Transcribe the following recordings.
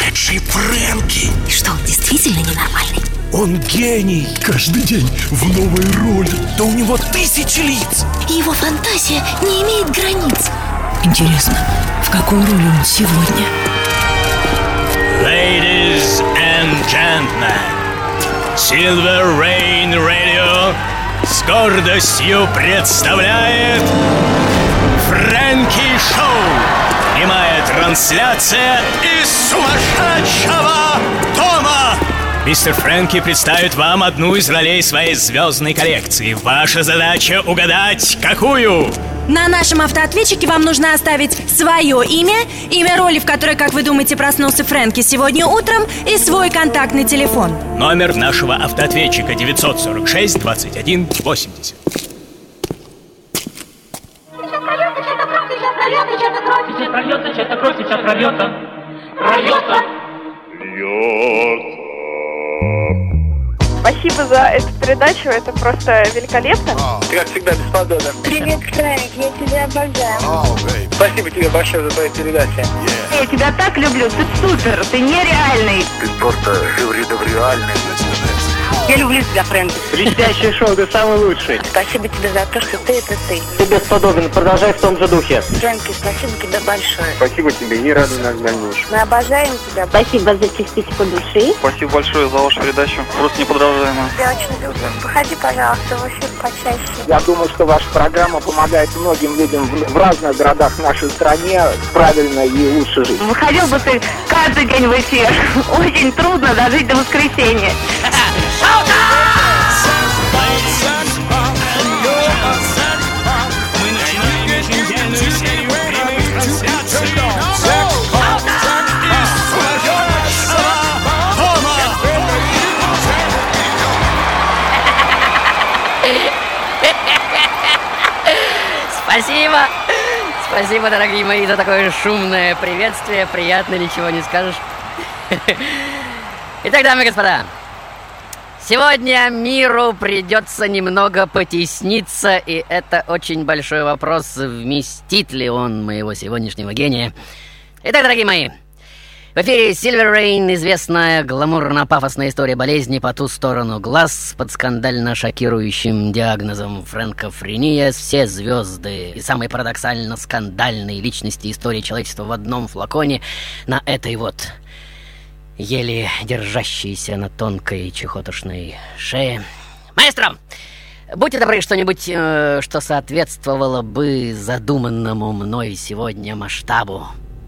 сумасшедший Фрэнки. И что, он действительно ненормальный? Он гений. Каждый день в новой роли. Да у него 1000 лиц. И его фантазия не имеет границ. Интересно, в какой роли он сегодня? Ladies and gentlemen, Silver Rain Radio с гордостью представляет Фрэнки Шоу. Прямая трансляция из сумасшедшего дома. Мистер Фрэнки представит вам одну из ролей своей звездной коллекции. Ваша задача угадать, какую? На нашем автоответчике вам нужно оставить свое имя роли, в которой, как вы думаете, проснулся Фрэнки сегодня утром, и свой контактный телефон. Номер нашего автоответчика 946 21 80. Спасибо за эту передачу, это просто великолепно. Ты, как всегда, бесподобен. Привет, Фрэнк, я тебя обожаю. Спасибо тебе большое за твою передачу. Я тебя так люблю, ты супер, ты нереальный. Ты просто шевредовреальный. Я люблю тебя, Фрэнк. Блестящее шоу, ты самый лучший. Спасибо тебе за то, что ты это ты. Ты бесподобен, продолжай в том же духе. Фрэнки, спасибо тебе большое. Спасибо тебе и радуй нас в дальнейшем. Мы обожаем тебя. Спасибо за частичку души. Спасибо большое за вашу передачу, просто неподражаемо. Я очень люблю. Выходи, пожалуйста, в эфир почаще. Я думаю, что ваша программа помогает многим людям в разных городах нашей стране правильно и лучше жить. Выходил бы ты каждый день в эфир. Очень трудно дожить до воскресенья. Мы начинаем еженедельную серию прямых трансляций. Спасибо, дорогие мои, за такое шумное приветствие. Приятно, ничего не скажешь. Итак, дамы и господа, сегодня миру придется немного потесниться, и это очень большой вопрос, вместит ли он моего сегодняшнего гения. Итак, дорогие мои, в эфире Silver Rain, известная гламурно-пафосная история болезни по ту сторону глаз под скандально-шокирующим диагнозом фрэнкофрения. Все звезды и самые парадоксально-скандальные личности истории человечества в одном флаконе на этой вот еле держащейся на тонкой чехотошной шее. Маэстро, будьте добры, что-нибудь, что соответствовало бы задуманному мной сегодня масштабу.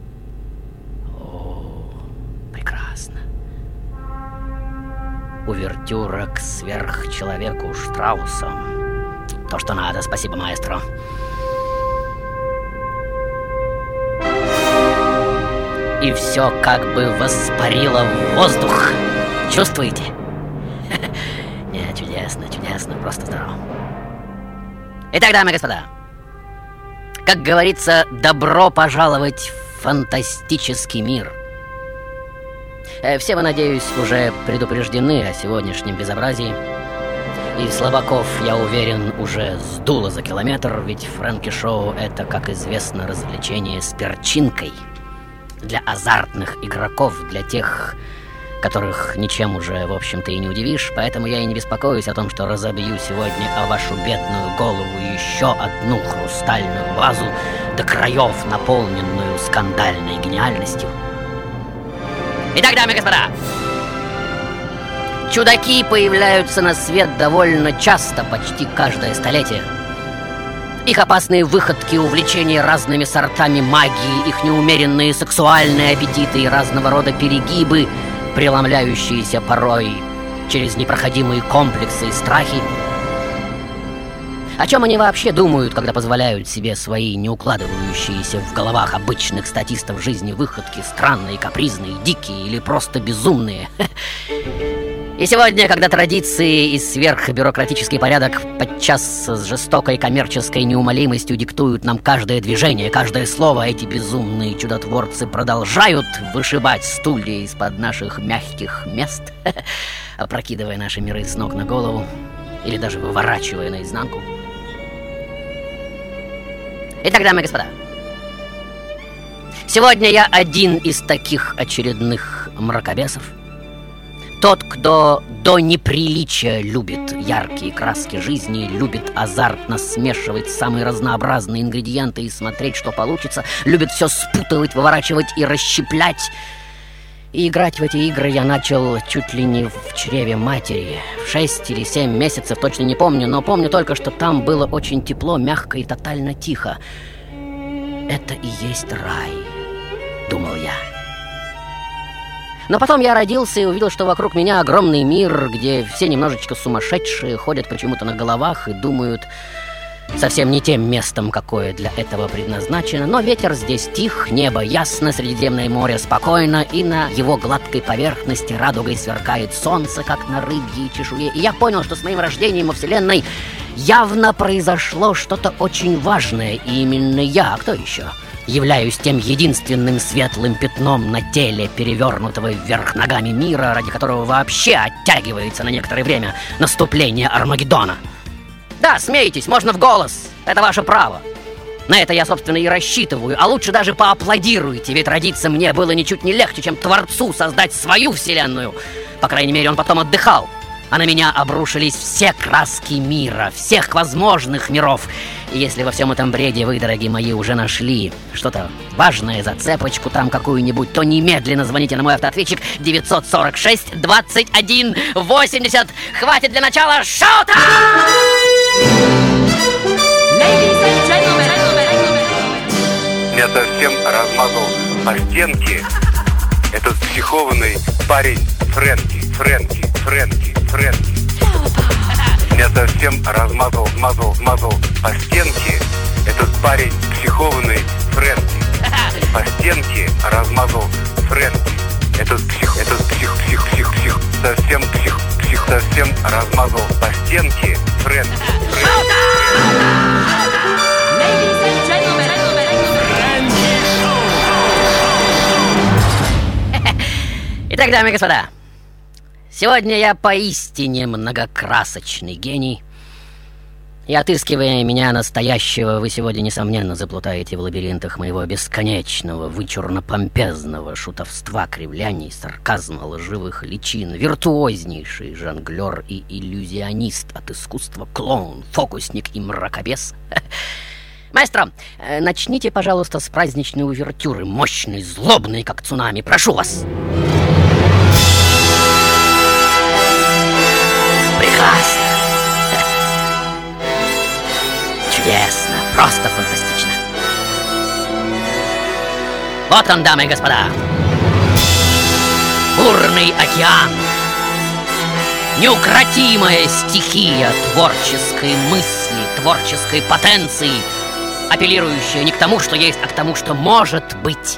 Прекрасно. Увертюра к сверхчеловеку Штрауса. То, что надо, спасибо, маэстро. И все как бы воспарило в воздух. Чувствуете? Не, чудесно, чудесно, просто здорово. Итак, дамы и господа, как говорится, добро пожаловать в фантастический мир. Все вы, надеюсь, уже предупреждены о сегодняшнем безобразии. И слабаков, я уверен, уже сдуло за километр, ведь Фрэнки Шоу — это, как известно, развлечение с перчинкой. Для азартных игроков, для тех, которых ничем уже, в общем-то, и не удивишь. Поэтому я и не беспокоюсь о том, что разобью сегодня о вашу бедную голову еще одну хрустальную вазу, до краев наполненную скандальной гениальностью. Итак, дамы и господа, чудаки появляются на свет довольно часто, почти каждое столетие. Их опасные выходки, увлечения разными сортами магии, их неумеренные сексуальные аппетиты и разного рода перегибы, преломляющиеся порой через непроходимые комплексы и страхи. О чем они вообще думают, когда позволяют себе свои не укладывающиеся в головах обычных статистов жизни выходки, странные, капризные, дикие или просто безумные? И сегодня, когда традиции и сверхбюрократический порядок подчас с жестокой коммерческой неумолимостью диктуют нам каждое движение, каждое слово, эти безумные чудотворцы продолжают вышибать стулья из-под наших мягких мест, опрокидывая наши миры с ног на голову или даже выворачивая наизнанку. Итак, дамы и господа, Сегодня я один из таких очередных мракобесов. Тот, кто до неприличия любит яркие краски жизни, любит азартно смешивать самые разнообразные ингредиенты и смотреть, что получится, любит все спутывать, выворачивать и расщеплять. И играть в эти игры я начал чуть ли не в чреве матери. В 6 или 7 месяцев, точно не помню, но помню только, что там было очень тепло, мягко и тотально тихо. Это и есть рай, думал я. Но потом я родился и увидел, что вокруг меня огромный мир, где все немножечко сумасшедшие, ходят почему-то на головах и думают совсем не тем местом, какое для этого предназначено. Но ветер здесь тих, небо ясно, Средиземное море спокойно, и на его гладкой поверхности радугой сверкает солнце, как на рыбьей чешуе. И я понял, что с моим рождением во Вселенной явно произошло что-то очень важное. И именно я, а кто еще, являюсь тем единственным светлым пятном на теле перевернутого вверх ногами мира, ради которого вообще оттягивается на некоторое время наступление Армагеддона. Да, смейтесь, можно в голос, это ваше право. На это я, собственно, и рассчитываю. А лучше даже поаплодируйте, ведь родиться мне было ничуть не легче, чем Творцу создать свою вселенную. По крайней мере, он потом отдыхал. А на меня обрушились все краски мира, всех возможных миров. И если во всем этом бреде вы, дорогие мои, уже нашли что-то важное, зацепочку там какую-нибудь, то немедленно звоните на мой автоответчик 946 21 80. Хватит для начала шоу-тайм! Я совсем размазал по стенке этот психованный парень Фрэнки. Я совсем размазал по стенке этот парень психованный Фрэнки. По стенке размазал Фрэнки. Этот псих, совсем размазал по стенке Фрэнки. Итак, дамы и господа, сегодня я поистине многокрасочный гений. И отыскивая меня настоящего, вы сегодня, несомненно, заплутаете в лабиринтах моего бесконечного, вычурно-помпезного шутовства, кривляний, сарказма, лживых личин. Виртуознейший жонглер и иллюзионист от искусства, клоун, фокусник и мракобес. Маэстро, начните, пожалуйста, с праздничной увертюры, мощной, злобной, как цунами. Прошу вас. Прекрасно. Чудесно, просто фантастично. Вот он, дамы и господа. Бурный океан. Неукротимая стихия творческой мысли, творческой потенции, апеллирующая не к тому, что есть, а к тому, что может быть.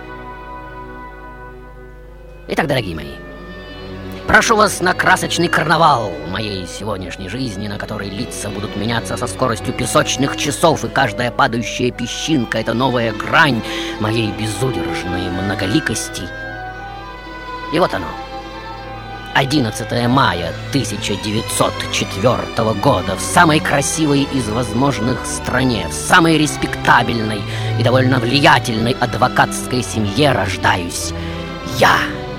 Итак, дорогие мои, прошу вас на красочный карнавал моей сегодняшней жизни, на которой лица будут меняться со скоростью песочных часов, и каждая падающая песчинка — это новая грань моей безудержной многоликости. И вот оно, 11 мая 1904 года, в самой красивой из возможных стране, в самой респектабельной и довольно влиятельной адвокатской семье рождаюсь я.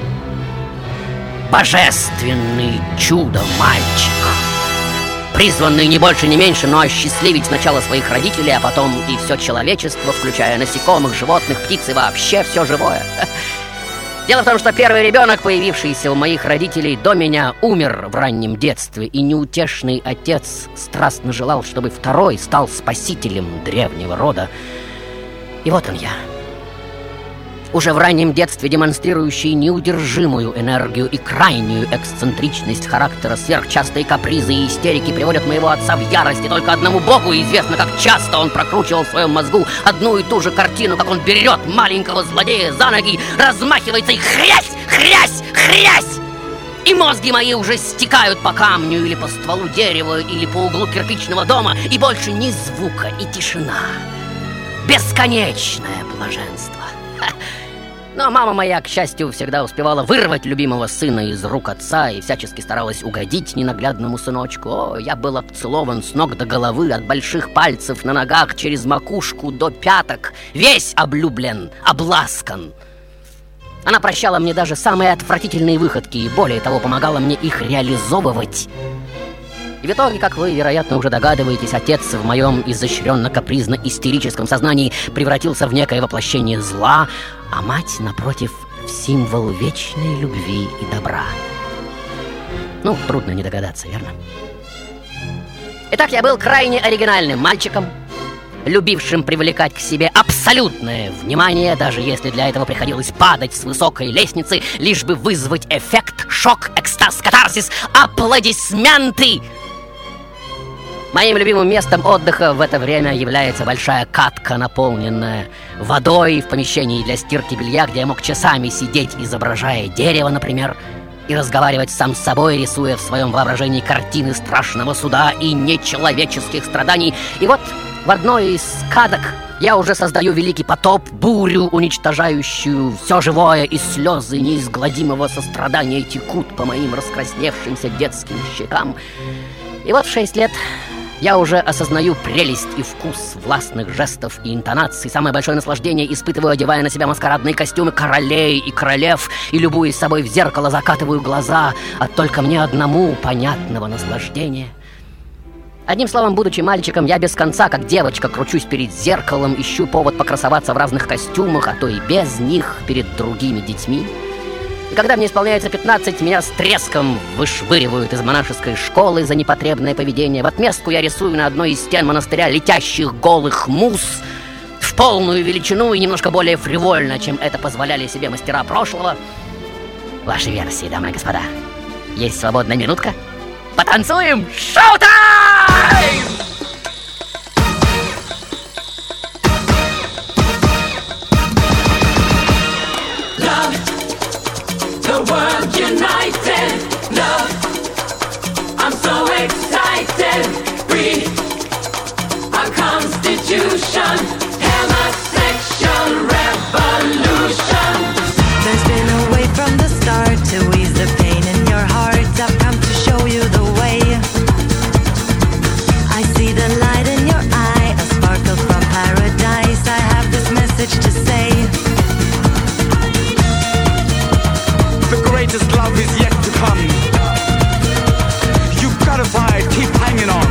Божественный чудо-мальчик, призванный не больше, не меньше, но осчастливить сначала своих родителей, а потом и все человечество, включая насекомых, животных, птиц и вообще все живое. Дело в том, что первый ребенок, появившийся у моих родителей до меня, умер в раннем детстве, и неутешный отец страстно желал, чтобы второй стал спасителем древнего рода. И вот он я. Уже в раннем детстве демонстрирующий неудержимую энергию и крайнюю эксцентричность характера, сверхчастые капризы и истерики приводят моего отца в ярость, и только одному Богу известно, как часто он прокручивал в своем мозгу одну и ту же картину, как он берет маленького злодея за ноги, размахивается и хрясь, хрясь, хрясь! И мозги мои уже стекают по камню или по стволу дерева, или по углу кирпичного дома, и больше ни звука, и тишина. Бесконечное блаженство. Но мама моя, к счастью, всегда успевала вырвать любимого сына из рук отца и всячески старалась угодить ненаглядному сыночку. О, я был обцелован с ног до головы, от больших пальцев на ногах через макушку до пяток, весь облюблен, обласкан. Она прощала мне даже самые отвратительные выходки и, более того, помогала мне их реализовывать. И в итоге, как вы, вероятно, уже догадываетесь, отец в моем изощренно-капризно-истерическом сознании превратился в некое воплощение зла, а мать, напротив, в символ вечной любви и добра. Ну, трудно не догадаться, верно? Итак, я был крайне оригинальным мальчиком, любившим привлекать к себе абсолютное внимание, даже если для этого приходилось падать с высокой лестницы, лишь бы вызвать эффект, шок, экстаз, катарсис, аплодисменты. Моим любимым местом отдыха в это время является большая катка, наполненная водой, в помещении для стирки белья, где я мог часами сидеть, изображая дерево, например, и разговаривать сам с собой, рисуя в своем воображении картины страшного суда и нечеловеческих страданий. И вот в одной из каток я уже создаю великий потоп, бурю, уничтожающую все живое, и слезы неизгладимого сострадания текут по моим раскрасневшимся детским щекам. И вот в 6 лет я уже осознаю прелесть и вкус властных жестов и интонаций. Самое большое наслаждение испытываю, одевая на себя маскарадные костюмы королей и королев, и, любуясь собой в зеркало, закатываю глаза от только мне одному понятного наслаждения. Одним словом, будучи мальчиком, я без конца, как девочка, кручусь перед зеркалом, ищу повод покрасоваться в разных костюмах, а то и без них, перед другими детьми. И когда мне исполняется 15, меня с треском вышвыривают из монашеской школы за непотребное поведение. В отместку я рисую на одной из стен монастыря летящих голых мус в полную величину и немножко более фривольно, чем это позволяли себе мастера прошлого. Ваши версии, дамы и господа. Есть свободная минутка? Потанцуем! Шоу-тайм! The world united, love, I'm so excited, free, our constitution, homosexual revolution. There's been a way from the start to ease the pain in your heart. I've come to show you the way. I see the light in your eye, a sparkle from paradise. I have this message to say. The greatest love is yet to come. You've got to fight, keep hanging on.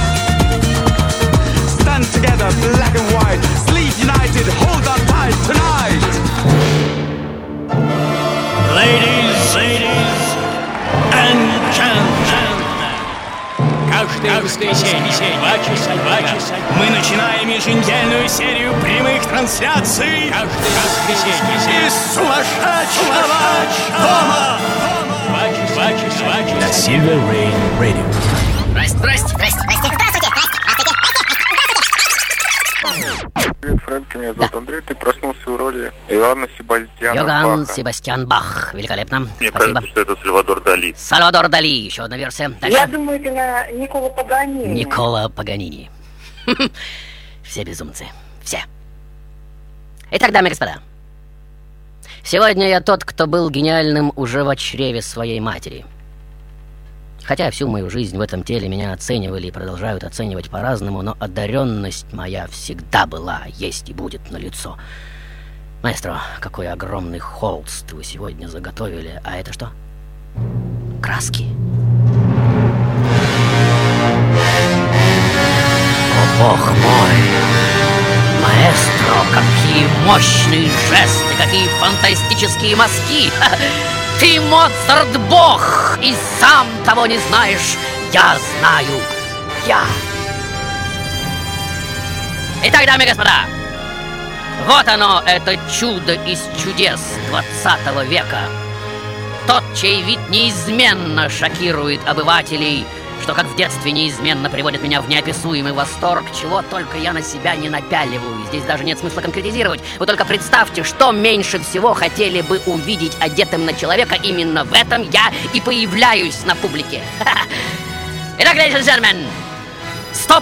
Stand together, black and white. Sleep united, hold on tight tonight. Ladies and gentlemen, каждое воскресенье 2 часа мы начинаем еженедельную серию прямых трансляций из сумасшедшего дома. 2 часа на Silver Rain Radio. Здрасте. Привет, Фрэнки, меня зовут Андрей. Ты проснулся в роли Иоганна Себастьяна Баха. Иоганн Себастьян Бах. Великолепно. Мне Спасибо. кажется, что это Сальвадор Дали. Сальвадор Дали. Еще одна версия. Дальше. Я думаю, это на Никола Паганини. Никола Паганини. Все безумцы. Все. Итак, дамы и господа. Сегодня я тот, кто был гениальным уже в чреве своей матери. Хотя всю мою жизнь в этом теле меня оценивали и продолжают оценивать по-разному, но одаренность моя всегда была, есть и будет налицо. Маэстро, какой огромный холст вы сегодня заготовили. А это что? Краски. О, бог мой! Маэстро, какие мощные жесты, какие фантастические мазки! Ты, Моцарт, бог, и сам того не знаешь. Я знаю. Я. Итак, дамы и господа, вот оно, это чудо из чудес 20 века. Тот, чей вид неизменно шокирует обывателей, что, как в детстве, неизменно приводит меня в неописуемый восторг, чего только я на себя не напяливаю. Здесь даже нет смысла конкретизировать. Вы только представьте, что меньше всего хотели бы увидеть одетым на человека. Именно в этом я и появляюсь на публике. Итак, ladies and gentlemen,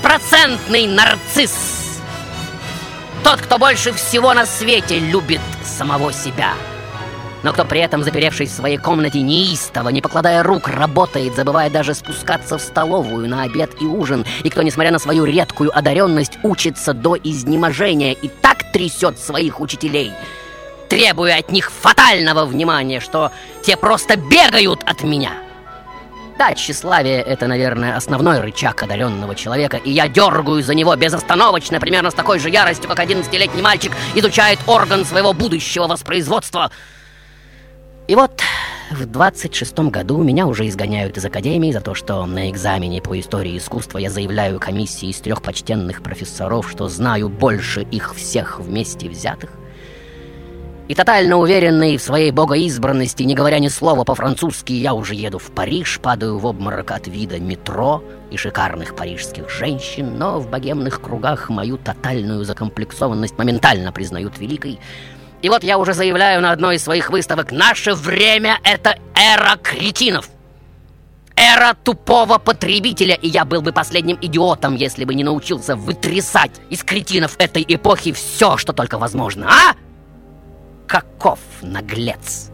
стопроцентный нарцисс. Тот, кто больше всего на свете любит самого себя. Но кто при этом, заперевшись в своей комнате неистово, не покладая рук, работает, забывая даже спускаться в столовую на обед и ужин, и кто, несмотря на свою редкую одаренность, учится до изнеможения и так трясет своих учителей, требуя от них фатального внимания, что те просто бегают от меня. Да, тщеславие — это, наверное, основной рычаг одаренного человека, и я дергаю за него безостановочно, примерно с такой же яростью, как 11-летний мальчик изучает орган своего будущего воспроизводства. И вот в 26-м году меня уже изгоняют из академии за то, что на экзамене по истории искусства я заявляю комиссии из 3 почтенных профессоров, что знаю больше их всех вместе взятых. И тотально уверенный в своей богоизбранности, не говоря ни слова по-французски, я уже еду в Париж, падаю в обморок от вида метро и шикарных парижских женщин, но в богемных кругах мою тотальную закомплексованность моментально признают великой. И вот я уже заявляю на одной из своих выставок: наше время — это эра кретинов. Эра тупого потребителя, и я был бы последним идиотом, если бы не научился вытрясать из кретинов этой эпохи все, что только возможно, а? Каков наглец!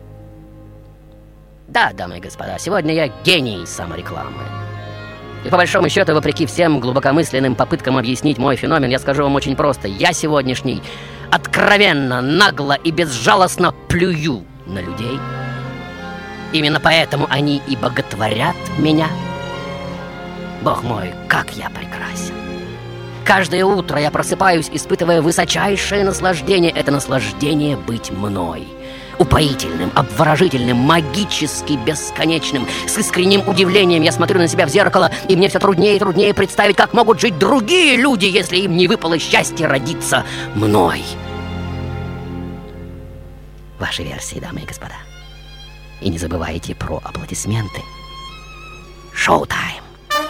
Да, дамы и господа, сегодня я гений саморекламы. И по большому счету, вопреки всем глубокомысленным попыткам объяснить мой феномен, я скажу вам очень просто: я сегодняшний откровенно, нагло и безжалостно плюю на людей. Именно поэтому они и боготворят меня. Бог мой, как я прекрасен! Каждое утро я просыпаюсь, испытывая высочайшее наслаждение. Это наслаждение быть мной. Упоительным, обворожительным, магически бесконечным. С искренним удивлением я смотрю на себя в зеркало, и мне все труднее и труднее представить, как могут жить другие люди, если им не выпало счастье родиться мной. Ваши версии, дамы и господа. И не забывайте про аплодисменты. Шоу-тайм!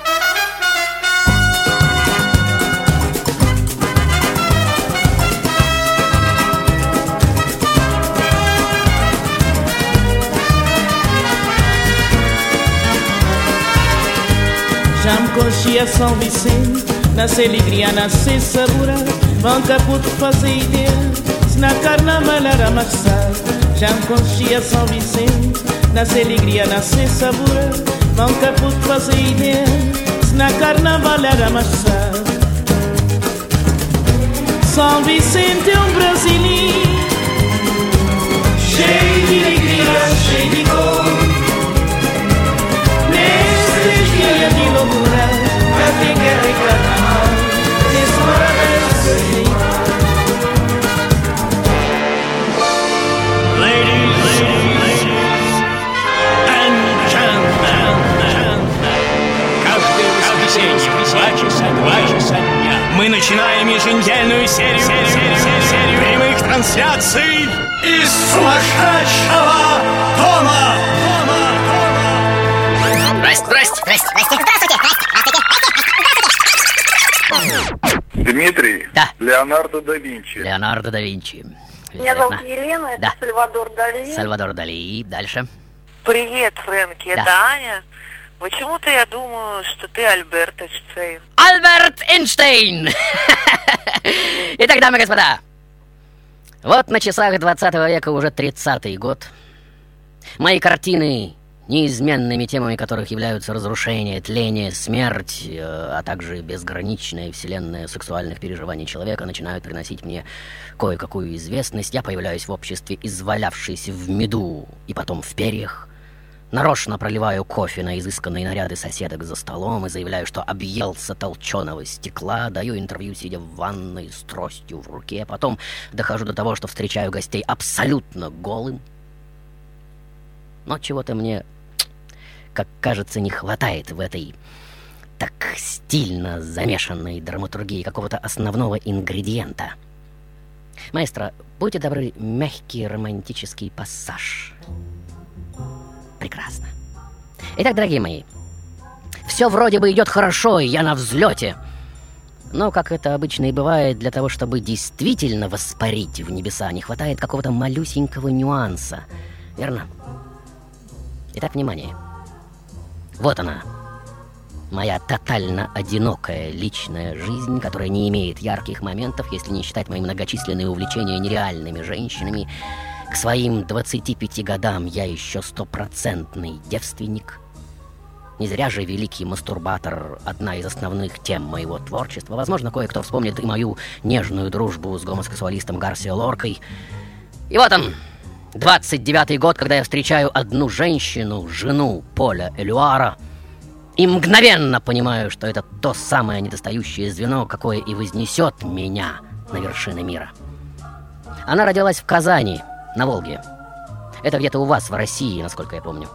Já me conhecia São Vicente, nasce alegria, nasce sabor, vão caputo fazer ideia, se na carnaval era marçal. Já me conhecia São Vicente, nasce alegria, nasce sabor, vão caputo fazer ideia, se na carnaval era marçal. São Vicente é brasileiro, cheio de alegria, cheio de cor. De loucura, café, guerra e carnaval, nesse maravilhoso dia. Ladies and gentlemen, каждое воскресенье в 2 часа дня мы начинаем еженедельную серию прямых трансляций из сумасшедшего дома. Дмитрий? Да. Леонардо да Винчи. Леонардо да Винчи. Меня зовут Елена, это да. Сальвадор Дали. Сальвадор Дали. Дальше. Привет, Фрэнки, да. Это Аня. Почему-то я думаю, что ты Альберт Эйнштейн. Альберт Эйнштейн! Итак, дамы и господа, вот на часах 20 века уже 30-й год. Мои картины, неизменными темами которых являются разрушение, тление, смерть, а также безграничная вселенная сексуальных переживаний человека, начинают приносить мне кое-какую известность. Я появляюсь в обществе, извалявшись в меду и потом в перьях. Нарочно проливаю кофе на изысканные наряды соседок за столом и заявляю, что объелся толченого стекла, даю интервью, сидя в ванной с тростью в руке. Потом дохожу до того, что встречаю гостей абсолютно голым. Но чего-то мне, как кажется, не хватает в этой так стильно замешанной драматургии, какого-то основного ингредиента. Маэстро, будьте добры, мягкий романтический пассаж. Прекрасно. Итак, дорогие мои, все вроде бы идет хорошо, и я на взлете. Но, как это обычно и бывает, для того, чтобы действительно воспарить в небеса, не хватает какого-то малюсенького нюанса. Верно? Итак, внимание. Вот она. Моя тотально одинокая личная жизнь, которая не имеет ярких моментов, если не считать мои многочисленные увлечения нереальными женщинами. К своим 25 годам я еще стопроцентный девственник. Не зря же великий мастурбатор — одна из основных тем моего творчества. Возможно, кое-кто вспомнит и мою нежную дружбу с гомосексуалистом Гарсио Лоркой. И вот он, 29-й год, когда я встречаю одну женщину, жену Поля Элюара, и мгновенно понимаю, что это то самое недостающее звено, какое и вознесет меня на вершины мира. Она родилась в Казани, на Волге. Это где-то у вас, в России, насколько я помню.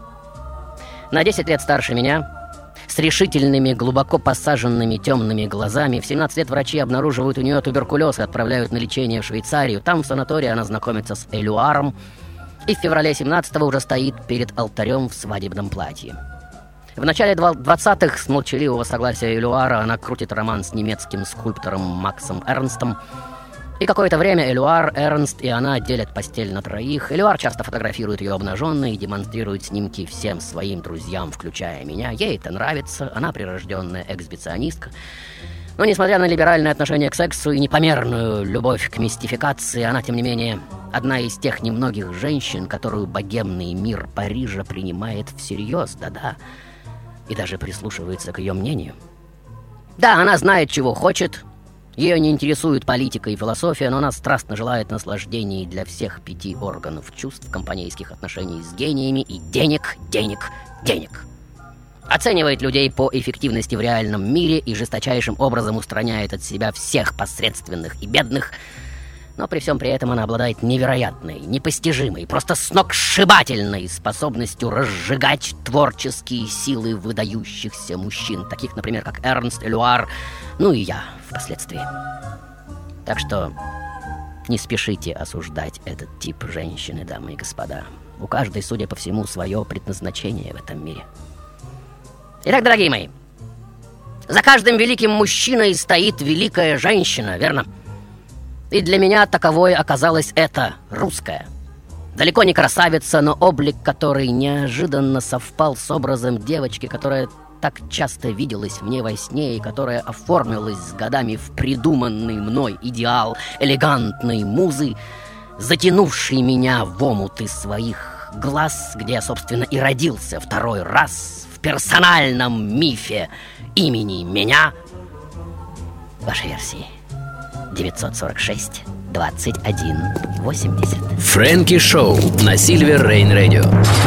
На 10 лет старше меня, с решительными, глубоко посаженными темными глазами. В 17 лет врачи обнаруживают у нее туберкулез и отправляют на лечение в Швейцарию. Там, в санатории, она знакомится с Элюаром. И в феврале 17-го уже стоит перед алтарем в свадебном платье. В начале 20-х с молчаливого согласия Элюара она крутит роман с немецким скульптором Максом Эрнстом. И какое-то время Элюар, Эрнст и она делят постель на троих. Элюар часто фотографирует ее обнаженной и демонстрирует снимки всем своим друзьям, включая меня. Ей это нравится, она прирожденная эксбиционистка. Но несмотря на либеральное отношение к сексу и непомерную любовь к мистификации, она, тем не менее, одна из тех немногих женщин, которую богемный мир Парижа принимает всерьез, да-да, и даже прислушивается к ее мнению. Да, она знает, чего хочет. Ее не интересует политика и философия, но она страстно желает наслаждений для всех 5 органов чувств, компанейских отношений с гениями и денег, денег, денег. Оценивает людей по эффективности в реальном мире и жесточайшим образом устраняет от себя всех посредственных и бедных. Но при всем при этом она обладает невероятной, непостижимой, просто сногсшибательной способностью разжигать творческие силы выдающихся мужчин, таких, например, как Эрнст Элюар, ну и я впоследствии. Так что не спешите осуждать этот тип женщины, дамы и господа. У каждой, судя по всему, свое предназначение в этом мире. Итак, дорогие мои, за каждым великим мужчиной стоит великая женщина, верно? И для меня таковой оказалась эта русская. Далеко не красавица, но облик которой неожиданно совпал с образом девочки, которая так часто виделась мне во сне и которая оформилась с годами в придуманный мной идеал элегантной музы, затянувшей меня в омуты своих глаз, где я, собственно, и родился второй раз в персональном мифе имени меня. Вашей версии 946 21 80. Фрэнки Шоу на Silver Rain Radio.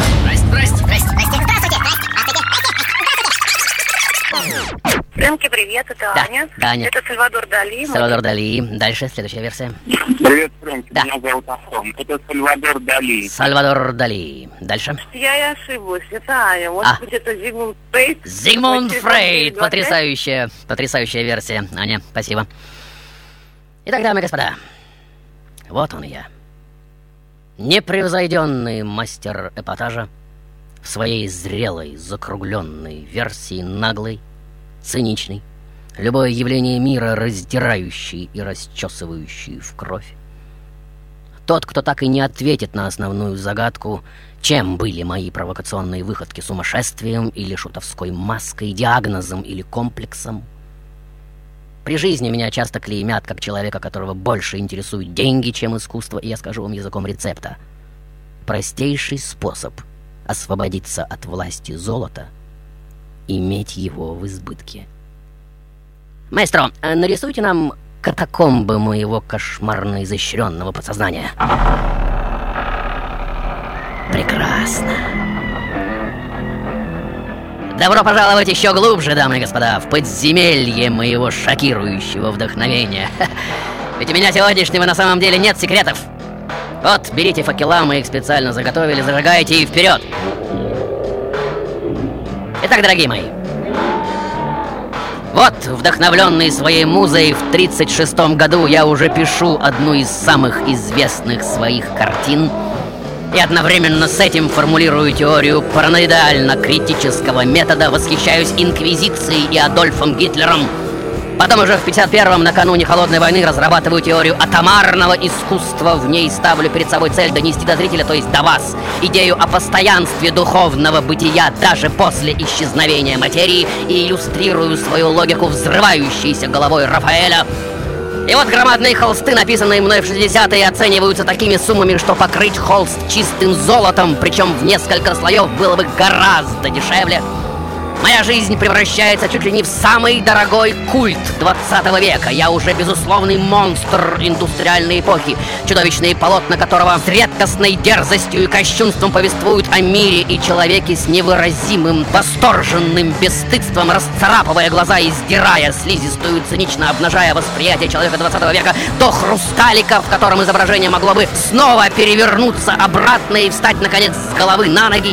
Фрэнки, привет, это Да, Аня. Аня. Это Сальвадор Дали. Сальвадор Дали. Дальше, следующая версия. Привет, Фрэнки, Да. меня зовут Артем. Это Сальвадор Дали. Сальвадор Дали. Дальше. Я и ошиблась, это Аня. Может быть, это Зигмунд Фрейд? Зигмунд Фрейд. 425? Потрясающая версия. Аня, спасибо. Итак, дамы и господа, вот он я. Непревзойденный мастер эпатажа в своей зрелой, закругленной версии, наглый, циничный, любое явление мира раздирающий и расчесывающий в кровь. Тот, кто так и не ответит на основную загадку, чем были мои провокационные выходки, сумасшествием или шутовской маской, диагнозом или комплексом. При жизни меня часто клеймят как человека, которого больше интересуют деньги, чем искусство, и я скажу вам языком рецепта. Простейший способ освободиться от власти золота — иметь его в избытке. Маэстро, нарисуйте нам катакомбы моего кошмарно изощренного подсознания. Прекрасно. Добро пожаловать еще глубже, дамы и господа, в подземелье моего шокирующего вдохновения. Ведь у меня сегодняшнего на самом деле нет секретов. Вот, берите факела, мы их специально заготовили, зажигайте и вперед. Итак, дорогие мои, вот, вдохновленный своей музой, в 36-м году я уже пишу одну из самых известных своих картин и одновременно с этим формулирую теорию параноидально-критического метода, восхищаюсь Инквизицией и Адольфом Гитлером Потом уже в 51-м, накануне Холодной войны, разрабатываю теорию атомарного искусства. В ней ставлю перед собой цель донести до зрителя, то есть до вас, идею о постоянстве духовного бытия даже после исчезновения материи, и иллюстрирую свою логику взрывающейся головой Рафаэля. И вот громадные холсты, написанные мной в 60-е, оцениваются такими суммами, что покрыть холст чистым золотом, причем в несколько слоев, было бы гораздо дешевле. Моя жизнь превращается чуть ли не в самый дорогой культ 20 века. Я уже безусловный монстр индустриальной эпохи, чудовищные полотна которого с редкостной дерзостью и кощунством повествуют о мире и человеке с невыразимым, восторженным бесстыдством, расцарапывая глаза и сдирая слизистую, цинично обнажая восприятие человека 20 века до хрусталика, в котором изображение могло бы снова перевернуться обратно и встать, наконец, с головы на ноги.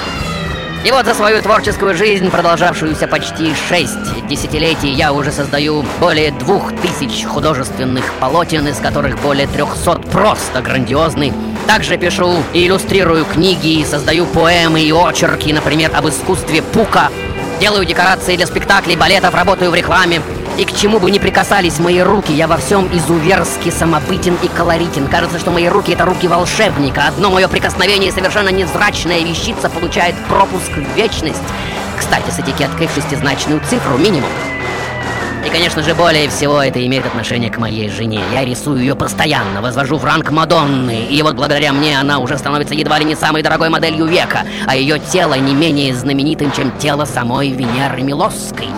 И вот за свою творческую жизнь, продолжавшуюся почти 6 десятилетий, я уже создаю более 2000 художественных полотен, из которых более 300 просто грандиозны. Также пишу и иллюстрирую книги, создаю поэмы и очерки, например, об искусстве пука. Делаю декорации для спектаклей, балетов, работаю в рекламе. И к чему бы ни прикасались мои руки, я во всем изуверски самобытен и колоритен. Кажется, что мои руки — это руки волшебника. Одно мое прикосновение, совершенно невзрачная вещица, получает пропуск в вечность. Кстати, с этикеткой в 6-значную цифру минимум. И, конечно же, более всего это имеет отношение к моей жене. Я рисую ее постоянно, возвожу в ранг Мадонны. И вот благодаря мне она уже становится едва ли не самой дорогой моделью века. А ее тело не менее знаменитым, чем тело самой Венеры Милосской.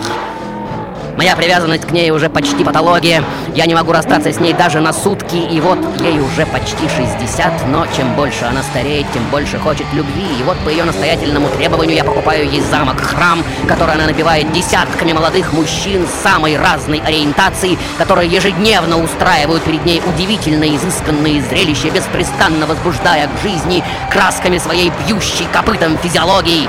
Моя привязанность к ней уже почти патология. Я не могу расстаться с ней даже на сутки. И вот ей уже почти 60. Но чем больше она стареет, тем больше хочет любви. И вот по ее настоятельному требованию я покупаю ей замок-храм, который она набивает десятками молодых мужчин самой разной ориентации, которые ежедневно устраивают перед ней удивительно изысканные зрелища, беспрестанно возбуждая к жизни красками своей бьющей копытом физиологии.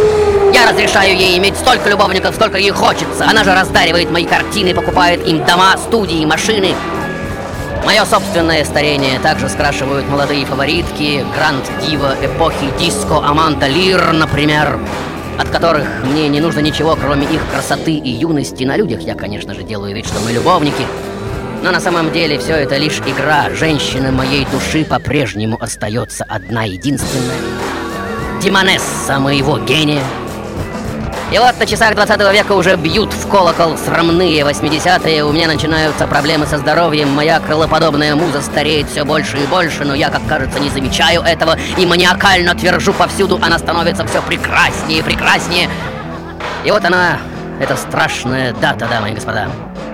Я разрешаю ей иметь столько любовников, сколько ей хочется. Она же раздаривает мои картины, покупает им дома, студии, машины. Мое собственное старение также скрашивают молодые фаворитки, гранд-дива эпохи диско Аманда Лир, например, от которых мне не нужно ничего, кроме их красоты и юности. На людях я, конечно же, делаю вид, что мы любовники. Но на самом деле все это лишь игра. Женщина моей души по-прежнему остается одна единственная. Демонесса моего гения. И вот на часах 20 века уже бьют в колокол срамные 80-е. У меня начинаются проблемы со здоровьем. Моя крылоподобная муза стареет все больше и больше. Но я, как кажется, не замечаю этого и маниакально твержу повсюду. Она становится все прекраснее и прекраснее. И вот она, эта страшная дата, дамы и господа.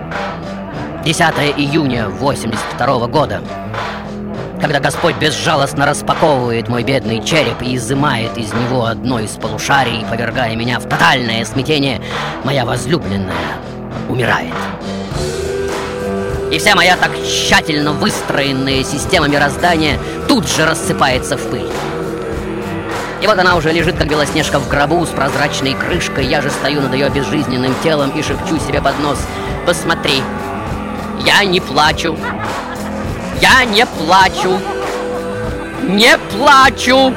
10 июня 82 года. Когда Господь безжалостно распаковывает мой бедный череп и изымает из него одно из полушарий, повергая меня в тотальное смятение, моя возлюбленная умирает. И вся моя так тщательно выстроенная система мироздания тут же рассыпается в пыль. И вот она уже лежит, как Белоснежка в гробу с прозрачной крышкой. Я же стою над ее безжизненным телом и шепчу себе под нос: «Посмотри, я не плачу. Я не плачу. Не плачу!»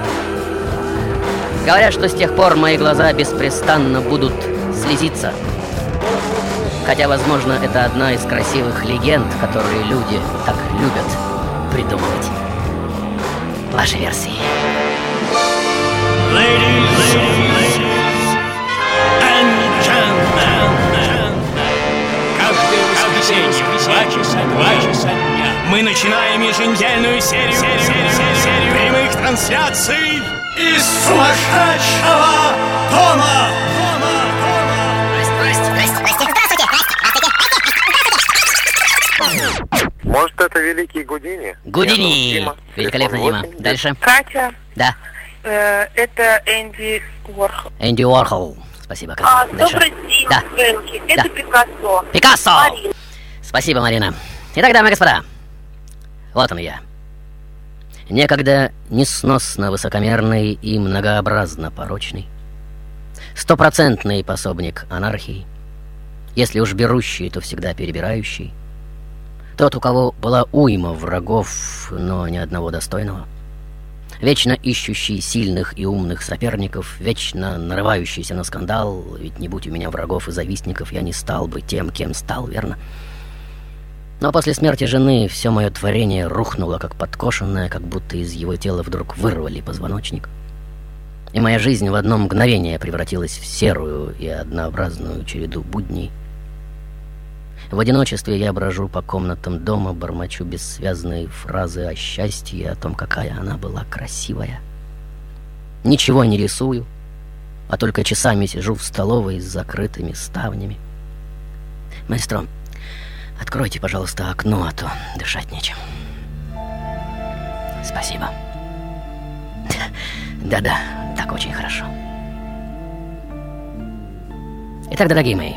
Говорят, что с тех пор мои глаза беспрестанно будут слезиться. Хотя, возможно, это одна из красивых легенд, которые люди так любят придумывать. Ваши версии. Каждое воскресенье в 2 часа дня мы начинаем еженедельную серию прямых трансляций из сумасшедшего дома. Может, это великий Гудини? Гудини! Великолепно, Дима. Дальше. Катя. Да. Это Энди Уорхол. Энди Уорхол. Спасибо, Катя. Добрый день, да. Фрэнки. Да. Это Пикассо. Пикассо! Марина. Спасибо, Марина. Итак, дамы и господа, вот он я. Некогда несносно высокомерный и многообразно порочный. Стопроцентный пособник анархии. Если уж берущий, то всегда перебирающий. Тот, у кого была уйма врагов, но ни одного достойного. вечно ищущий сильных и умных соперников, вечно нарывающийся на скандал, ведь не будь у меня врагов и завистников, я не стал бы тем, кем стал, верно? Но после смерти жены все мое творение рухнуло, как подкошенное, как будто из его тела вдруг вырвали позвоночник. И моя жизнь в одно мгновение превратилась в серую и однообразную череду будней. В одиночестве я брожу по комнатам дома, бормочу бессвязные фразы о счастье и о том, какая она была красивая. Ничего не рисую, а только часами сижу в столовой с закрытыми ставнями. Маэстро, откройте, пожалуйста, окно, а то дышать нечем. Спасибо. Да-да, так очень хорошо. Итак, дорогие мои,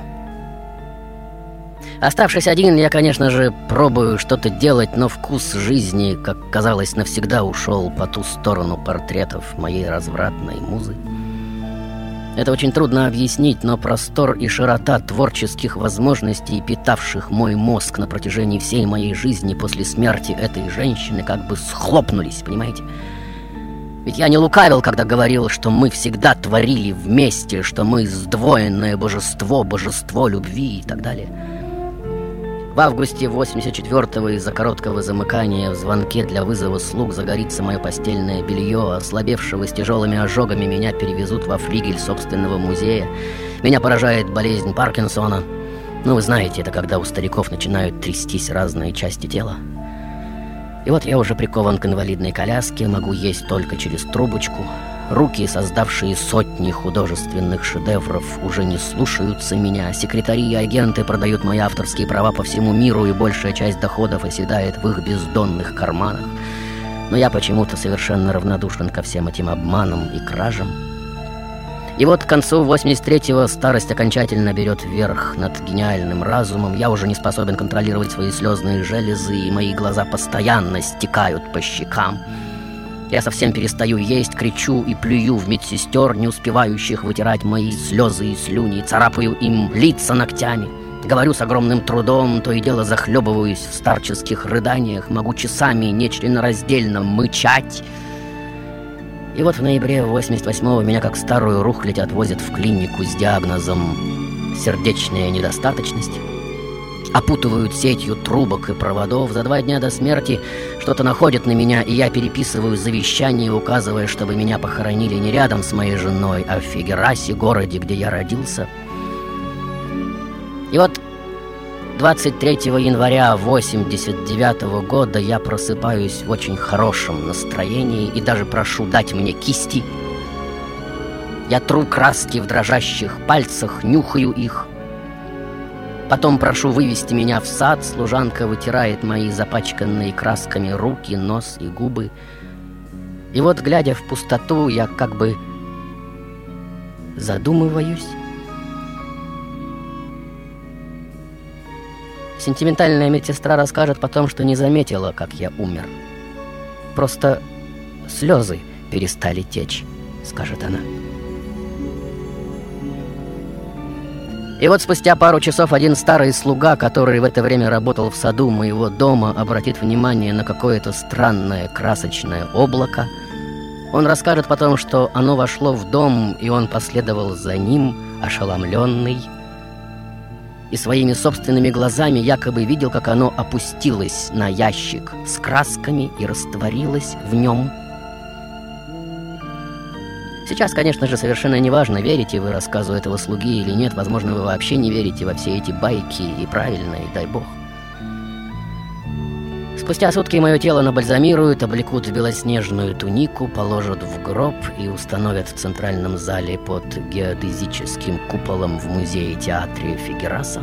оставшись один, я, конечно же, пробую что-то делать, но вкус жизни, как казалось, навсегда ушел по ту сторону портретов моей развратной музы. Это очень трудно объяснить, но простор и широта творческих возможностей, питавших мой мозг на протяжении всей моей жизни после смерти этой женщины, как бы схлопнулись, понимаете? Ведь я не лукавил, когда говорил, что мы всегда творили вместе, что мы сдвоенное божество, божество любви и так далее. В августе 84-го из-за короткого замыкания в звонке для вызова слуг загорится мое постельное белье, ослабевшего с тяжелыми ожогами меня перевезут во флигель собственного музея. Меня поражает болезнь Паркинсона. Ну, вы знаете, это когда у стариков начинают трястись разные части тела. И вот я уже прикован к инвалидной коляске, могу есть только через трубочку. Руки, создавшие сотни художественных шедевров, уже не слушаются меня. Секретари и агенты продают мои авторские права по всему миру, и большая часть доходов оседает в их бездонных карманах. Но я почему-то совершенно равнодушен ко всем этим обманам и кражам. И вот к концу 83-го старость окончательно берет верх над гениальным разумом. Я уже не способен контролировать свои слезные железы, и мои глаза постоянно стекают по щекам. Я совсем перестаю есть, кричу и плюю в медсестер, не успевающих вытирать мои слезы и слюни, царапаю им лица ногтями. Говорю с огромным трудом, то и дело захлебываюсь в старческих рыданиях, могу часами нечленораздельно мычать. И вот в ноябре 88-го меня как старую рухлядь отвозят в клинику с диагнозом «сердечная недостаточность». Опутывают сетью трубок и проводов. За 2 дня до смерти что-то находят на меня, и я переписываю завещание, указывая, чтобы меня похоронили не рядом с моей женой, а в Фигерасе, городе, где я родился. И вот 23 января 89-го года я просыпаюсь в очень хорошем настроении и даже прошу дать мне кисти. Я тру краски в дрожащих пальцах, нюхаю их. Потом прошу вывести меня в сад. Служанка вытирает мои запачканные красками руки, нос и губы. И вот, глядя в пустоту, я как бы задумываюсь. Сентиментальная медсестра расскажет потом, что не заметила, как я умер. Просто слезы перестали течь, скажет она. И вот спустя пару часов один старый слуга, который в это время работал в саду моего дома, обратит внимание на какое-то странное красочное облако. Он расскажет потом, что оно вошло в дом, и он последовал за ним, ошеломленный. И своими собственными глазами якобы видел, как оно опустилось на ящик с красками и растворилось в нем. Сейчас, конечно же, совершенно неважно, верите вы рассказу этого слуги или нет. Возможно, вы вообще не верите во все эти байки, и правильно, и дай бог. Спустя сутки мое тело набальзамируют, облекут в белоснежную тунику, положат в гроб и установят в центральном зале под геодезическим куполом в музее-театре Фигераса.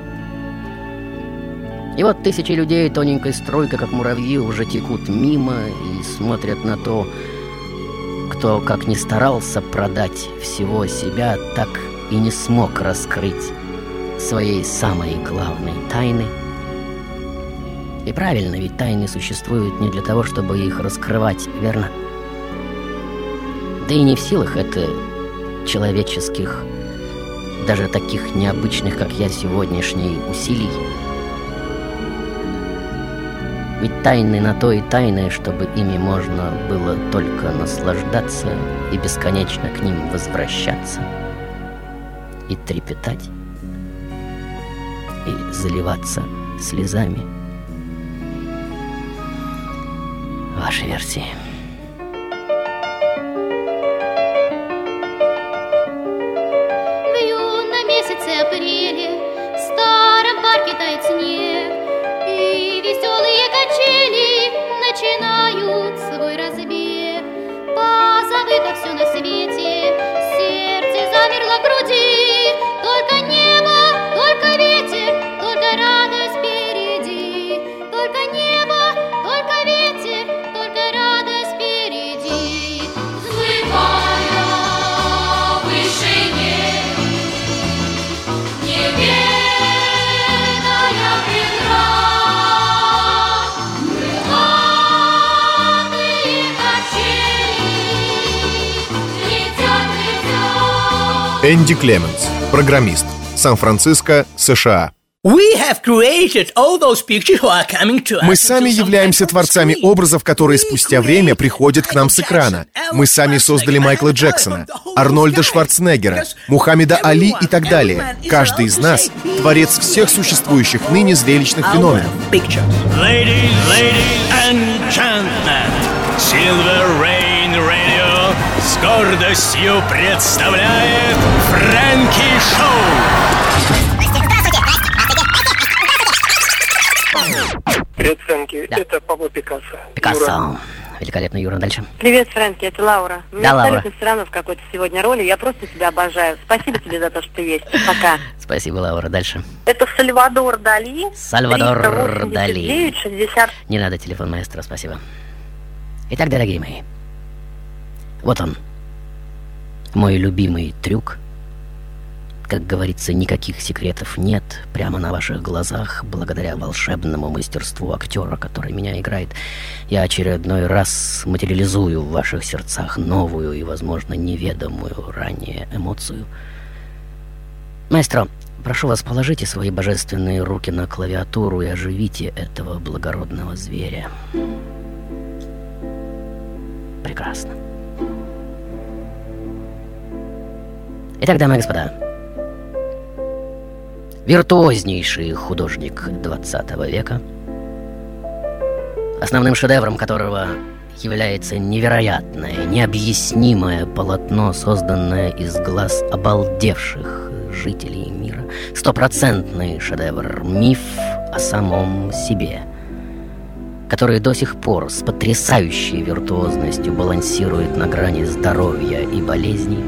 И вот тысячи людей тоненькой струйкой, как муравьи, уже текут мимо и смотрят на то, кто, как ни старался продать всего себя, так и не смог раскрыть своей самой главной тайны. И правильно, ведь тайны существуют не для того, чтобы их раскрывать, верно? Да и не в силах это человеческих, даже таких необычных, как я сегодняшний, усилий. Ведь тайны на то и тайны, чтобы ими можно было только наслаждаться и бесконечно к ним возвращаться, и трепетать, и заливаться слезами. Ваши версии. В юном месяце апреле в старом парке тает снег, и веселые качели начинают свой разбег. Позабыто все на свете, сердце замерло в груди. Только небо, только ветер, только радость впереди. Только небо, только ветер, только радость впереди. Взмывая в вышине, не ведая предра, крылатые качели летят, летят. Энди Клеменс, программист, Сан-Франциско, США. Мы сами являемся творцами образов, которые спустя время приходят к нам с экрана. Мы сами создали Майкла Джексона, Арнольда Шварценеггера, Мухаммеда Али и так далее. Каждый из нас — творец всех существующих ныне зрелищных феноменов. Ladies and gentlemen, Silver Rain Radio с гордостью представляет Фрэнки Шоу. Привет, Фрэнки. Это Пабло Пикассо. Пикассо. Великолепно, Юра. Дальше. Привет, Фрэнки, это Лаура. Мне Да, Лаура. абсолютно все равно в какой-то сегодня роли. Я просто тебя обожаю. Спасибо тебе за то, что ты есть. Пока. Спасибо, Лаура. Дальше. Это Сальвадор Дали. Сальвадор 389 Дали. 60. Не надо телефон маэстро, спасибо. Итак, дорогие мои, вот он, мой любимый трюк. Как говорится, никаких секретов нет. Прямо на ваших глазах, благодаря волшебному мастерству актера, который меня играет, я очередной раз материализую в ваших сердцах новую и, возможно, неведомую ранее эмоцию. Маэстро, прошу вас, положите свои божественные руки на клавиатуру и оживите этого благородного зверя. Прекрасно. Итак, дамы и господа, виртуознейший художник 20 века, основным шедевром которого является невероятное, необъяснимое полотно, созданное из глаз обалдевших жителей мира. Стопроцентный шедевр, миф о самом себе, который до сих пор с потрясающей виртуозностью балансирует на грани здоровья и болезней.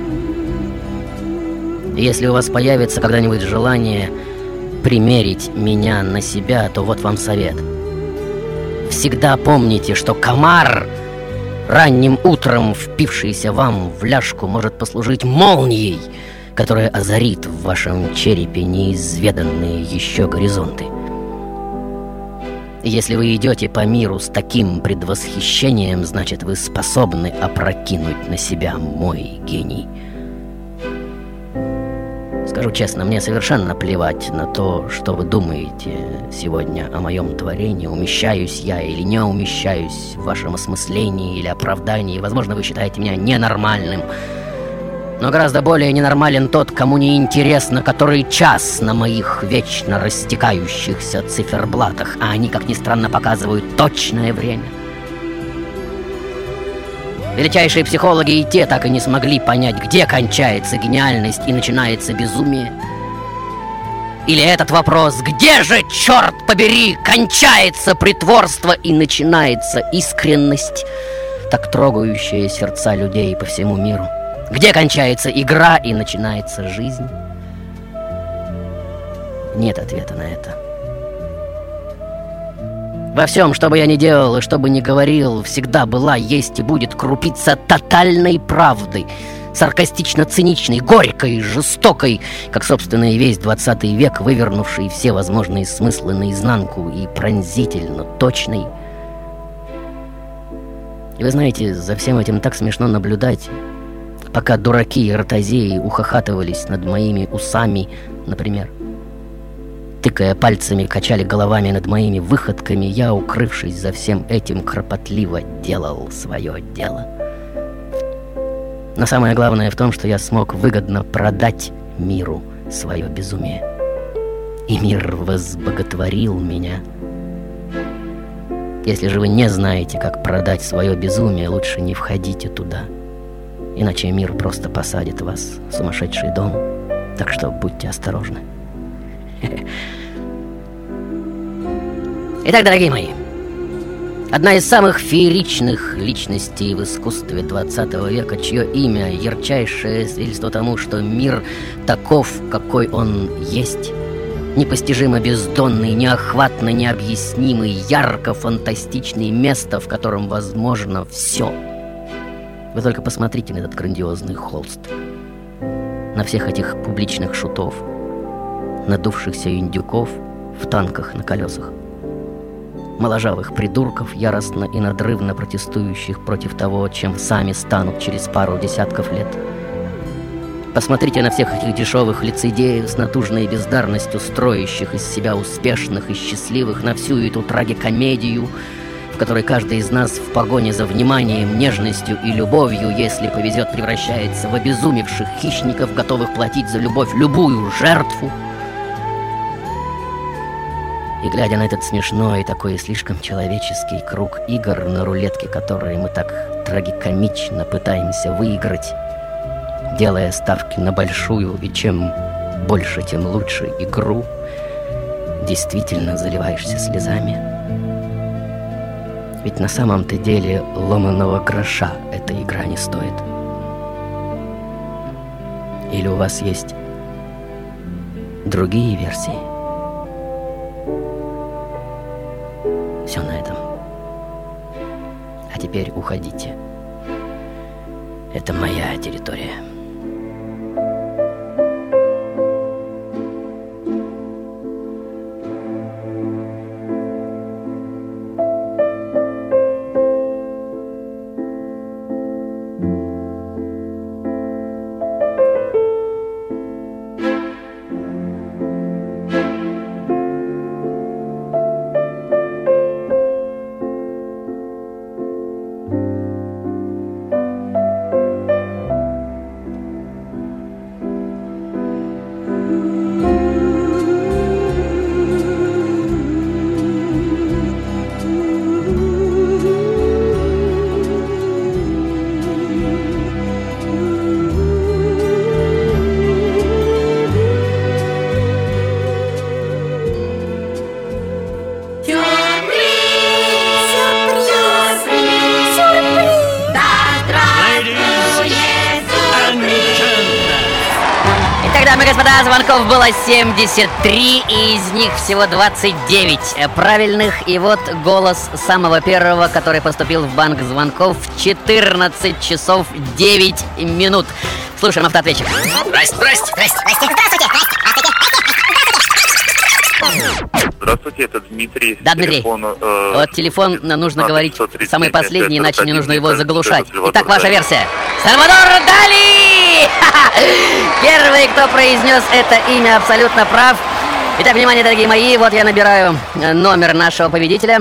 Если у вас появится когда-нибудь желание примерить меня на себя, то вот вам совет. Всегда помните, что комар, ранним утром впившийся вам в ляжку, может послужить молнией, которая озарит в вашем черепе неизведанные еще горизонты. Если вы идете по миру с таким предвосхищением, значит, вы способны опрокинуть на себя мой гений. Скажу честно, мне совершенно плевать на то, что вы думаете сегодня о моем творении. Умещаюсь я или не умещаюсь в вашем осмыслении или оправдании. Возможно, вы считаете меня ненормальным. Но гораздо более ненормален тот, кому не интересно, который час на моих вечно растекающихся циферблатах, а они, как ни странно, показывают точное время. Величайшие психологи и те так и не смогли понять, где кончается гениальность и начинается безумие. Или этот вопрос: где же, черт побери, кончается притворство и начинается искренность, так трогающая сердца людей по всему миру? Где кончается игра и начинается жизнь? Нет ответа на это. Во всем, что бы я ни делал и что бы ни говорил, всегда была, есть и будет крупица тотальной правды, саркастично-циничной, горькой, жестокой, как, собственно, и весь 20 век, вывернувший все возможные смыслы наизнанку, и пронзительно точной. И вы знаете, за всем этим так смешно наблюдать, пока дураки и ротозеи ухахатывались над моими усами, например. тыкая пальцами, качали головами над моими выходками, я, укрывшись за всем этим, кропотливо делал свое дело. Но самое главное в том, что я смог выгодно продать миру свое безумие. И мир возбоготворил меня. Если же вы не знаете, как продать свое безумие, лучше не входите туда. Иначе мир просто посадит вас в сумасшедший дом. Так что будьте осторожны. Итак, дорогие мои, одна из самых фееричных личностей в искусстве 20 века, чье имя — ярчайшее свидетельство тому, что мир таков, какой он есть, непостижимо бездонный, неохватно необъяснимый, ярко фантастичный, место, в котором возможно все. Вы только посмотрите на этот грандиозный холст, на всех этих публичных шутов, надувшихся индюков в танках на колесах, моложавых придурков, яростно и надрывно протестующих против того, чем сами станут через пару десятков лет. Посмотрите на всех этих дешевых лицедеев с натужной бездарностью, строящих из себя успешных и счастливых, на всю эту трагикомедию, в которой каждый из нас в погоне за вниманием, нежностью и любовью, если повезет, превращается в обезумевших хищников, готовых платить за любовь любую жертву. И глядя на этот смешной и такой слишком человеческий круг игр на рулетке, которые мы так трагикомично пытаемся выиграть, делая ставки на большую и чем больше, тем лучше игру, действительно заливаешься слезами. Ведь на самом-то деле ломаного гроша эта игра не стоит. Или у вас есть другие версии? Все на этом. А теперь уходите. Это моя территория. Звонков было 73, и из них всего 29 правильных. И вот голос самого первого, который поступил в банк звонков в 14 часов 9 минут. Слушаем автоответчик. Здравствуйте. Здравствуйте, это Дмитрий. Да, Дмитрий. Вот телефон нужно говорить самый последний, иначе не нужно его заглушать. Итак, ваша версия. Сальвадор Дали! Первый, кто произнес это имя, абсолютно прав. Итак, внимание, дорогие мои, вот я набираю номер нашего победителя.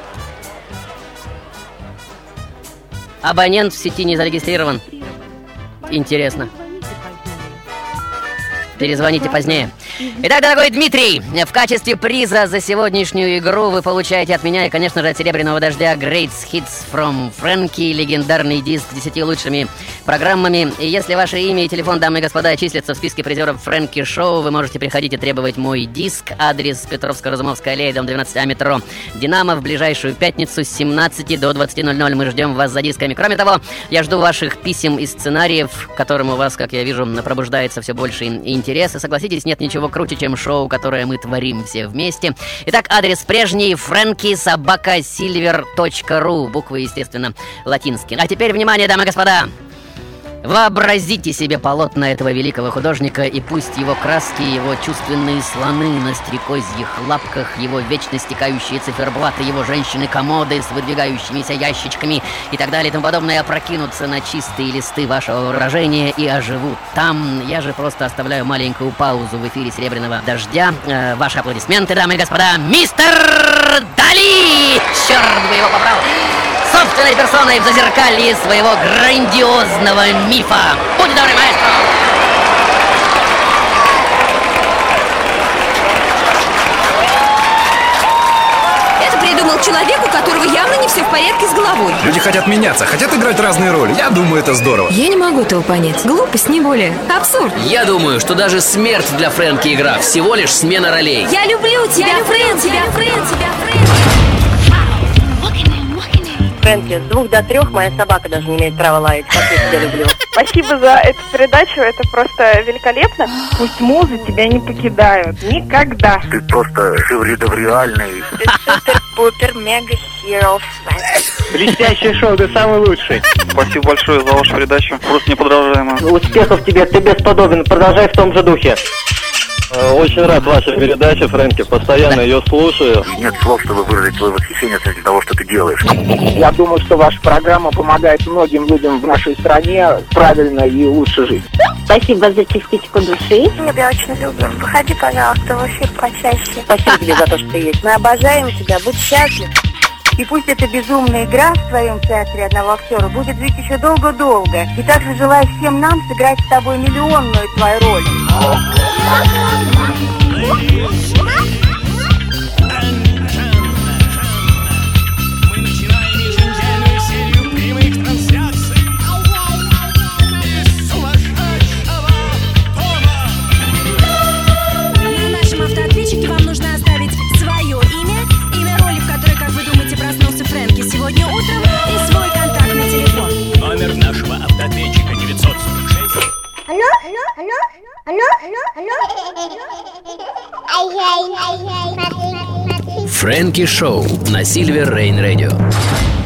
Абонент в сети не зарегистрирован. Интересно. Перезвоните позднее. Итак, дорогой Дмитрий, в качестве приза за сегодняшнюю игру вы получаете от меня и, конечно же, от Серебряного Дождя Greats Hits from Frankie, легендарный диск с 10 лучшими программами. И если ваше имя и телефон, дамы и господа, числятся в списке призеров Фрэнки Шоу, вы можете приходить и требовать мой диск. Адрес: Петровско-Разумовская аллея, дом 12А, метро Динамо, в ближайшую пятницу с 17 до 20:00. Мы ждем вас за дисками. Кроме того, я жду ваших писем и сценариев, к которым у вас, как я вижу, пробуждается все больше интерес. И согласитесь, нет ничего круче, чем шоу, которое мы творим все вместе. Итак, адрес прежний: frankie@silver.ru. Буквы, естественно, латинские. А теперь, внимание, дамы и господа. Вообразите себе полотна этого великого художника, и пусть его краски, его чувственные слоны на стрекозьих лапках, его вечно стекающие циферблаты, его женщины-комоды с выдвигающимися ящичками и так далее и тому подобное опрокинутся на чистые листы вашего воображения и оживут там. Я же просто оставляю маленькую паузу в эфире «Серебряного дождя». Ваши аплодисменты, дамы и господа, мистер Дали! Черт бы его побрал! Собственной персоной в зазеркалье своего грандиозного мифа. Будь добрый, маэстро! Это придумал человек, у которого явно не все в порядке с головой. Люди хотят меняться, хотят играть разные роли. Я думаю, это здорово. Я не могу этого понять. Глупость, не более. Абсурд. Я думаю, что даже смерть для Фрэнки игра. Всего лишь смена ролей. Я люблю тебя, Фрэнк, тебя, Фрэнк, тебя, Фрэнк. Фрэнки, с 2 до 3 моя собака даже не имеет права лаять, как я тебя люблю. Спасибо за эту передачу, это просто великолепно. Пусть музы тебя не покидают. Никогда. Ты просто шевредовреальный. Супер-пупер-мега-хиро. Блестящее шоу, ты самый лучший. Спасибо большое за вашу передачу. Просто неподражаемо. Успехов тебе, ты бесподобен. Продолжай в том же духе. Очень рад вашей передаче, Фрэнки. Постоянно ее слушаю. Нет слов, чтобы выразить свое восхищение относительно того, что ты делаешь. Я думаю, что ваша программа помогает многим людям в нашей стране правильно и лучше жить. Спасибо за частичку души. Мы тебя очень любим. Выходи, пожалуйста, в эфир почаще. Спасибо тебе за то, что ты есть. Мы обожаем тебя, будь счастлив. И пусть эта безумная игра в твоем театре одного актера будет жить еще долго-долго. И также желаю всем нам сыграть с тобой миллионную твою роль. На нашем автоответчике вам нужно оставить свое имя, имя роли, в которой, как вы думаете, проснулся Фрэнки сегодня утром, и свой контактный телефон. Номер нашего автоответчика 946. Фрэнки Шоу на Silver Rain Radio.